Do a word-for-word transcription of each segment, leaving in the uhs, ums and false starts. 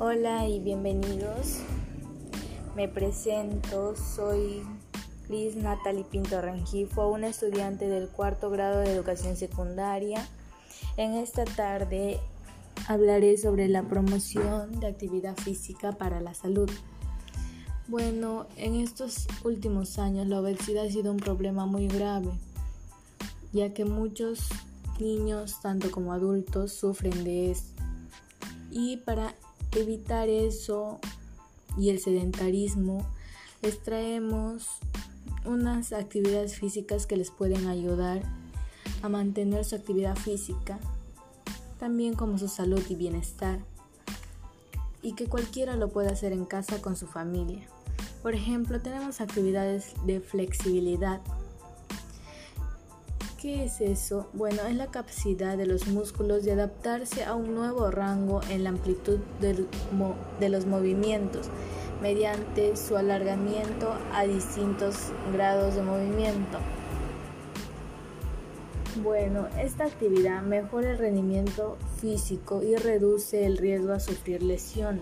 Hola y bienvenidos. Me presento, soy Liz Natalie Pinto Rengifo, una estudiante del cuarto grado de educación secundaria. En esta tarde hablaré sobre la promoción de actividad física para la salud. Bueno, en estos últimos años la obesidad ha sido un problema muy grave, ya que muchos niños, tanto como adultos, sufren de esto. Y para evitar eso y el sedentarismo, les traemos unas actividades físicas que les pueden ayudar a mantener su actividad física, también como su salud y bienestar, y que cualquiera lo pueda hacer en casa con su familia. Por ejemplo, tenemos actividades de flexibilidad. ¿Qué es eso? Bueno, es la capacidad de los músculos de adaptarse a un nuevo rango en la amplitud de, mo- de los movimientos mediante su alargamiento a distintos grados de movimiento. Bueno, esta actividad mejora el rendimiento físico y reduce el riesgo a sufrir lesiones.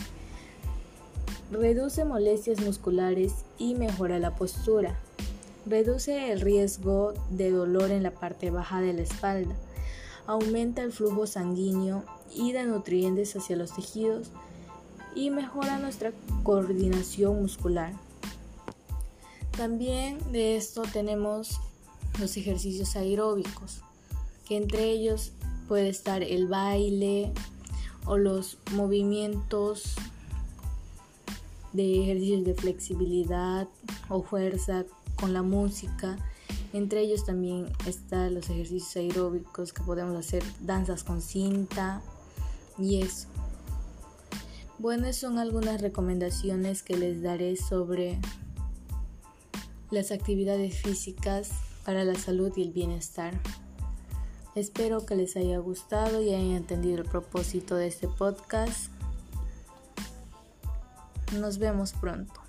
Reduce molestias musculares y mejora la postura. Reduce el riesgo de dolor en la parte baja de la espalda. Aumenta el flujo sanguíneo y de nutrientes hacia los tejidos y mejora nuestra coordinación muscular. También de esto tenemos los ejercicios aeróbicos, que entre ellos puede estar el baile o los movimientos de ejercicios de flexibilidad o fuerza con la música. Entre ellos también están los ejercicios aeróbicos que podemos hacer, danzas con cinta y eso. Bueno, son algunas recomendaciones que les daré sobre las actividades físicas para la salud y el bienestar. Espero que les haya gustado y hayan entendido el propósito de este podcast. Nos vemos pronto.